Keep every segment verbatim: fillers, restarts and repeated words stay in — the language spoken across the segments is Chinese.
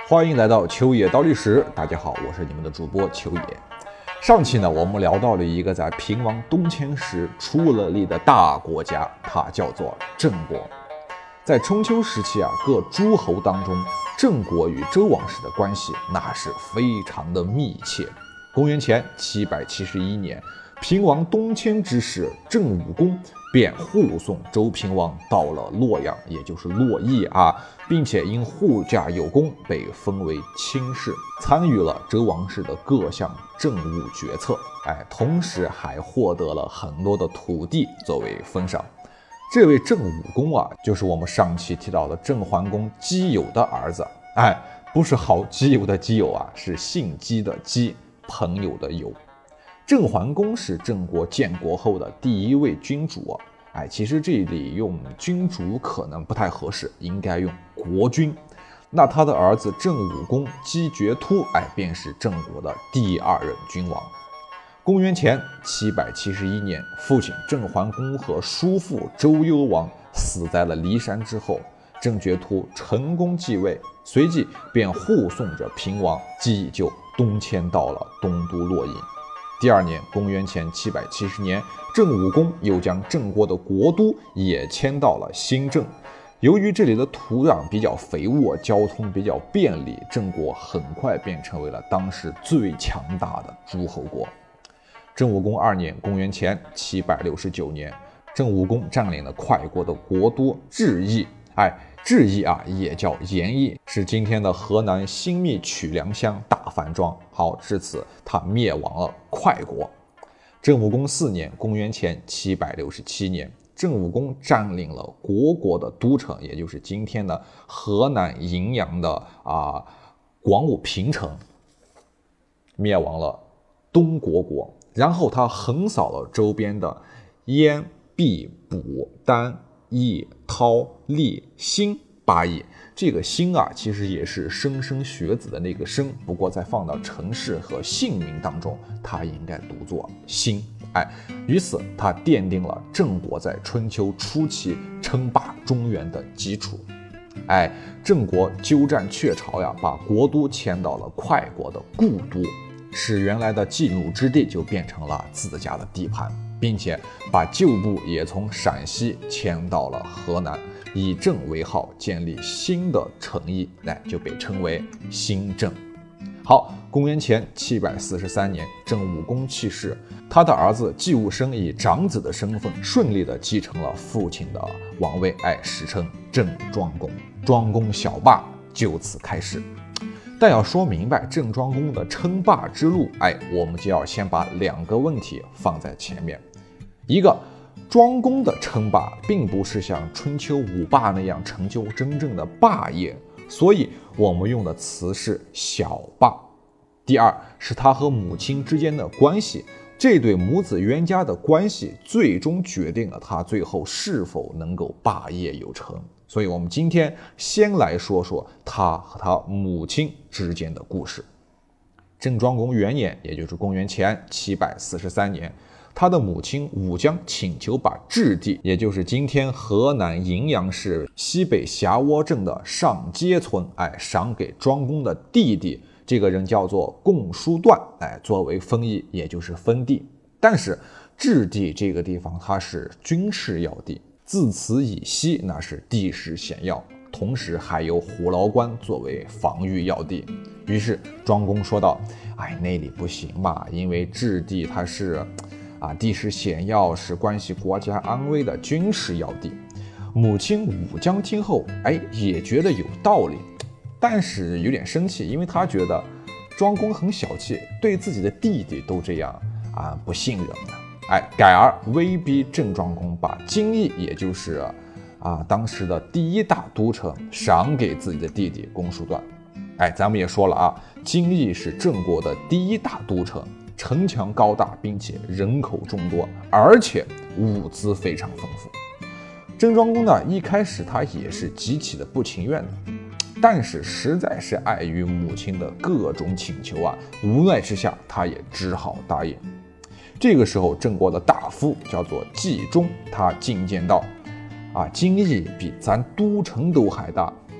欢迎来到秋野刀历史，大家好，我是你们的主播秋野。上期呢，我们聊到了一个在平王东迁时出了力的大国家，它叫做郑国。在春秋时期啊，各诸侯当中，郑国与周王室的关系那是非常的密切。公元前七百七十一年，平王东迁之时，郑武公便护送周平王到了洛阳，也就是洛邑啊，并且因护驾有功，被封为卿士，参与了周王室的各项政务决策。哎，同时还获得了很多的土地作为封赏。这位郑武公啊，就是我们上期提到的郑桓公姬友的儿子。哎，不是好基友的基友啊，是姓姬的姬，朋友的友。郑桓公是郑国建国后的第一位君主啊。哎，其实这里用君主可能不太合适，应该用国君。那他的儿子郑武公姬觉突，哎，便是郑国的第二任君王。公元前七百七十一年，父亲郑桓公和叔父周幽王死在了骊山之后，郑觉突成功继位，随即便护送着平王姬乙就东迁到了东都洛邑。第二年，公元前七百七十年，郑武公又将郑国的国都也迁到了新郑。由于这里的土壤比较肥沃，交通比较便利，郑国很快便成为了当时最强大的诸侯国。郑武公二年，公元前七百六十九年，郑武公占领了快国的国都郅邑。哎，郅邑啊，也叫延邑，是今天的河南新密曲梁乡大樊庄。好，至此他灭亡了快国。郑武公四年，公元前七百六十七年，郑武公占领了虢国的都城，也就是今天的河南荥阳的啊广武平城，灭亡了东虢国。然后他横扫了周边的燕、毕、卜、丹、益、韬、栧、辛八邑。这个辛啊，其实也是莘莘学子的那个莘，不过在放到城市和姓名当中，它应该读作辛。哎，于此他奠定了郑国在春秋初期称霸中原的基础。哎，郑国鸠占鹊巢呀，把国都迁到了快国的故都，使原来的晋鲁之地就变成了自家的地盘，并且把旧部也从陕西迁到了河南，以郑为号，建立新的城邑，哎，就被称为新郑。好，公元前七百四十三年，郑武公去世，他的儿子季武生以长子的身份顺利的继承了父亲的王位，哎，史称郑庄公。庄公小霸就此开始。但要说明白郑庄公的称霸之路，哎，我们就要先把两个问题放在前面。一个，庄公的称霸并不是像春秋五霸那样成就真正的霸业，所以我们用的词是小霸。第二，是他和母亲之间的关系，这对母子冤家的关系最终决定了他最后是否能够霸业有成。所以我们今天先来说说他和他母亲之间的故事。郑庄公元年，也就是公元前七百四十三年，他的母亲武姜请求把郅地，也就是今天河南荥阳市西北霞窝镇的上街村，哎，赏给庄公的弟弟，这个人叫做共叔段，哎，作为封邑，也就是封地。但是郅地这个地方它是军事要地，自此以西那是地势险要，同时还有虎牢关作为防御要地。于是庄公说道，哎，那里不行嘛，因为郅地它是啊地势险要，是关系国家安危的军事要地。母亲武姜听后，哎，也觉得有道理，但是有点生气，因为他觉得庄公很小气，对自己的弟弟都这样啊不信任呢。哎，改而威逼郑庄公把京邑，也就是啊当时的第一大都城，赏给自己的弟弟公叔段。哎，咱们也说了啊，京邑是郑国的第一大都城，城墙高大，并且人口众多，而且物资非常丰富。郑庄公呢，一开始他也是极其的不情愿的，但是实在是碍于母亲的各种请求啊，无奈之下，他也只好答应。这个时候，郑国的大夫叫做季忠，他进谏道：“啊，京邑比咱都城都还大，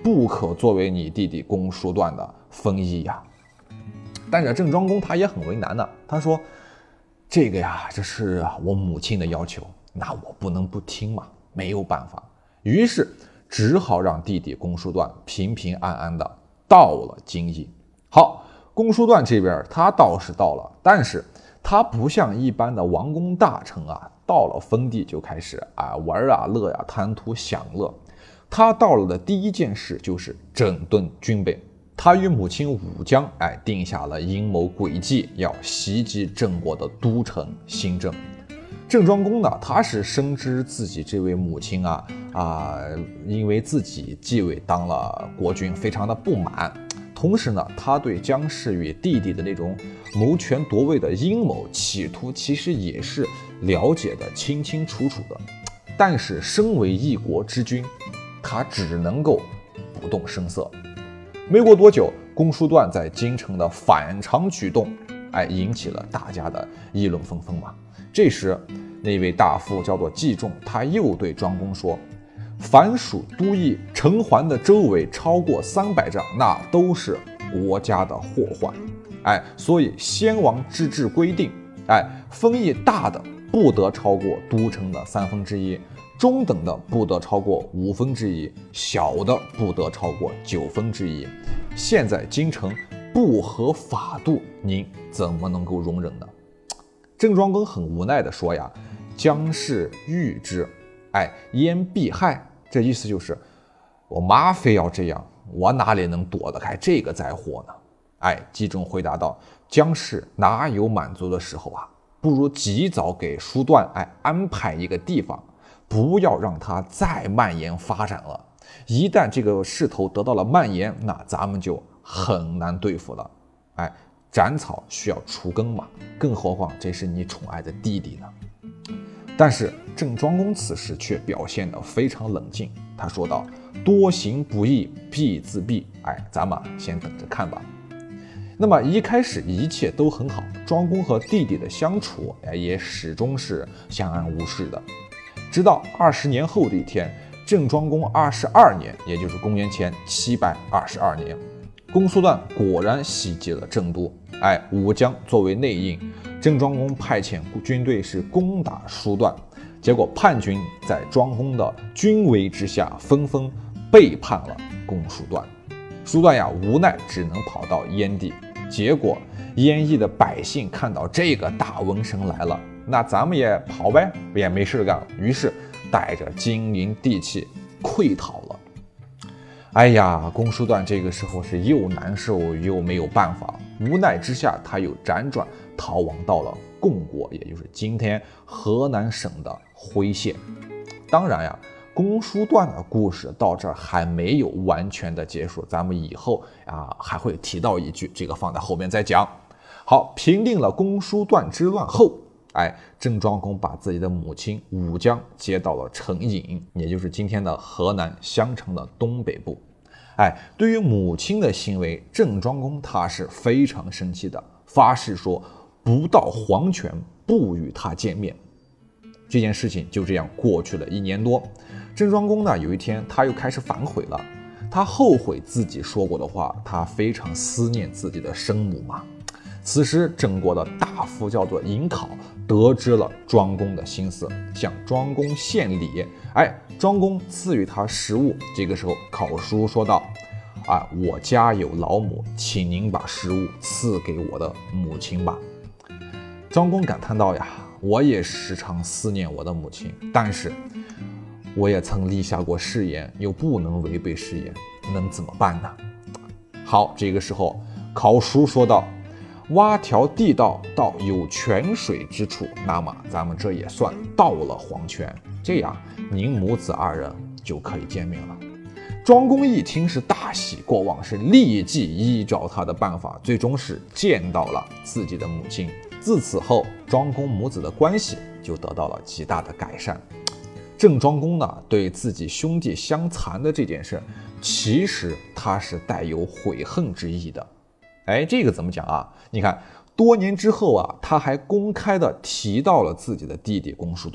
不可作为你弟弟公叔段的封邑呀。但是郑庄公他也很为难呢，他说这个呀，这是我母亲的要求，那我不能不听嘛，没有办法。于是只好让弟弟公叔段平平安安的到了京邑。好，公叔段这边他倒是到了，但是他不像一般的王公大臣啊，到了封地就开始啊玩啊乐呀、啊，贪图享乐。他到了的第一件事就是整顿军备。他与母亲武姜哎定下了阴谋诡计，要袭击郑国的都城新郑。郑庄公呢，他是深知自己这位母亲啊啊，因为自己继位当了国君，非常的不满。同时呢，他对姜氏与弟弟的那种谋权夺位的阴谋企图，其实也是了解的清清楚楚的。但是身为一国之君，他只能够不动声色。没过多久，公叔段在京城的反常举动，哎，引起了大家的议论纷纷嘛。这时，那位大夫叫做季仲，他又对庄公说：“凡属都邑城环的周围超过三百丈，那都是国家的祸患。哎，所以先王之制规定，哎，封邑大的不得超过都城的三分之一。”中等的不得超过五分之一，小的不得超过九分之一。现在京城不合法度，您怎么能够容忍呢？郑庄公很无奈地说呀：“姜氏欲之，哎，焉必害？”这意思就是我妈非要这样，我哪里能躲得开这个灾祸呢？哎，季仲回答道：“姜氏哪有满足的时候啊？不如及早给叔段哎安排一个地方。”不要让它再蔓延发展了，一旦这个势头得到了蔓延，那咱们就很难对付了。哎，斩草需要除根嘛，更何况这是你宠爱的弟弟呢？但是郑庄公此时却表现得非常冷静，他说道：“多行不义必自毙。哎，咱们先等着看吧。”那么一开始一切都很好，庄公和弟弟的相处哎也始终是相安无事的。直到二十年后的一天，郑庄公二十二年，也就是公元前七百二十二年，公叔段果然袭击了郑都。哎，武姜作为内应，郑庄公派遣军队是攻打叔段，结果叛军在庄公的军威之下，纷纷背叛了公叔段。叔段呀，无奈只能跑到燕地。结果燕邑的百姓看到这个大瘟神来了，那咱们也跑呗，也没事干，于是带着金银地器溃逃了。哎呀，公叔段这个时候是又难受又没有办法，无奈之下，他又辗转逃亡到了共国，也就是今天河南省的辉县。当然呀，公叔段的故事到这儿还没有完全的结束，咱们以后啊还会提到一句，这个放在后面再讲。好，平定了公叔段之乱后，哎，郑庄公把自己的母亲武姜接到了成尹，也就是今天的河南襄城的东北部。哎，对于母亲的行为，郑庄公他是非常生气的，发誓说不到黄泉不与他见面。这件事情就这样过去了一年多。郑庄公呢，有一天他又开始反悔了，他后悔自己说过的话，他非常思念自己的生母嘛。此时郑国的大夫叫做尹考，得知了庄公的心思，向庄公献礼。哎，庄公赐予他食物。这个时候考叔说道：啊，我家有老母，请您把食物赐给我的母亲吧。庄公感叹道呀，我也时常思念我的母亲，但是我也曾立下过誓言，又不能违背誓言，能怎么办呢？好，这个时候考叔说道：挖条地道到有泉水之处，那么咱们这也算到了黄泉，这样您母子二人就可以见面了。庄公一听是大喜过望，是立即依照他的办法，最终是见到了自己的母亲。自此后，庄公母子的关系就得到了极大的改善。郑庄公呢，对自己兄弟相残的这件事，其实他是带有悔恨之意的。哎，这个怎么讲啊？你看，多年之后啊，他还公开的提到了自己的弟弟公叔段，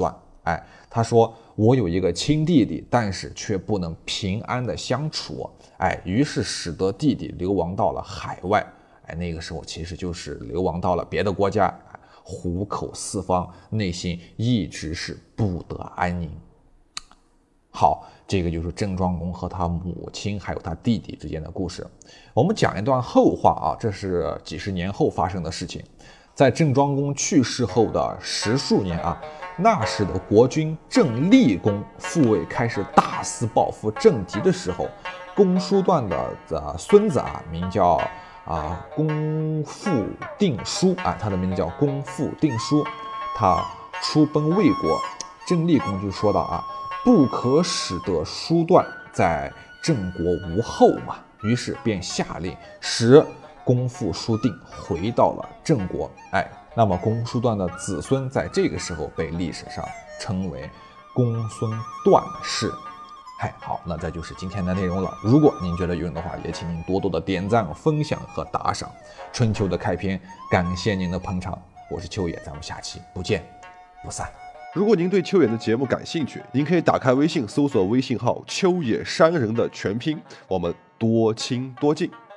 哎，他说我有一个亲弟弟，但是却不能平安的相处，哎，于是使得弟弟流亡到了海外，哎，那个时候其实就是流亡到了别的国家，哎，虎口四方，内心一直是不得安宁。好，这个就是郑庄公和他母亲还有他弟弟之间的故事。我们讲一段后话啊，这是几十年后发生的事情。在郑庄公去世后的十数年啊，那时的国君郑厉公复位开始大肆报复郑敌的时候，公叔段的、呃、孙子啊，名叫啊公父定叔啊，他的名字叫公父定叔，他出奔魏国，郑厉公就说道啊，不可使得叔段在郑国无后嘛，于是便下令使公父叔定回到了郑国。哎，那么公叔段的子孙在这个时候被历史上称为公孙段氏。嗨，好，那这就是今天的内容了。如果您觉得有用的话，也请您多多的点赞、分享和打赏。春秋的开篇，感谢您的捧场，我是秋野，咱们下期不见不散。 如果您对秋野的节目感兴趣，您可以打开微信搜索微信号秋野山人的全拼，我们多亲多近。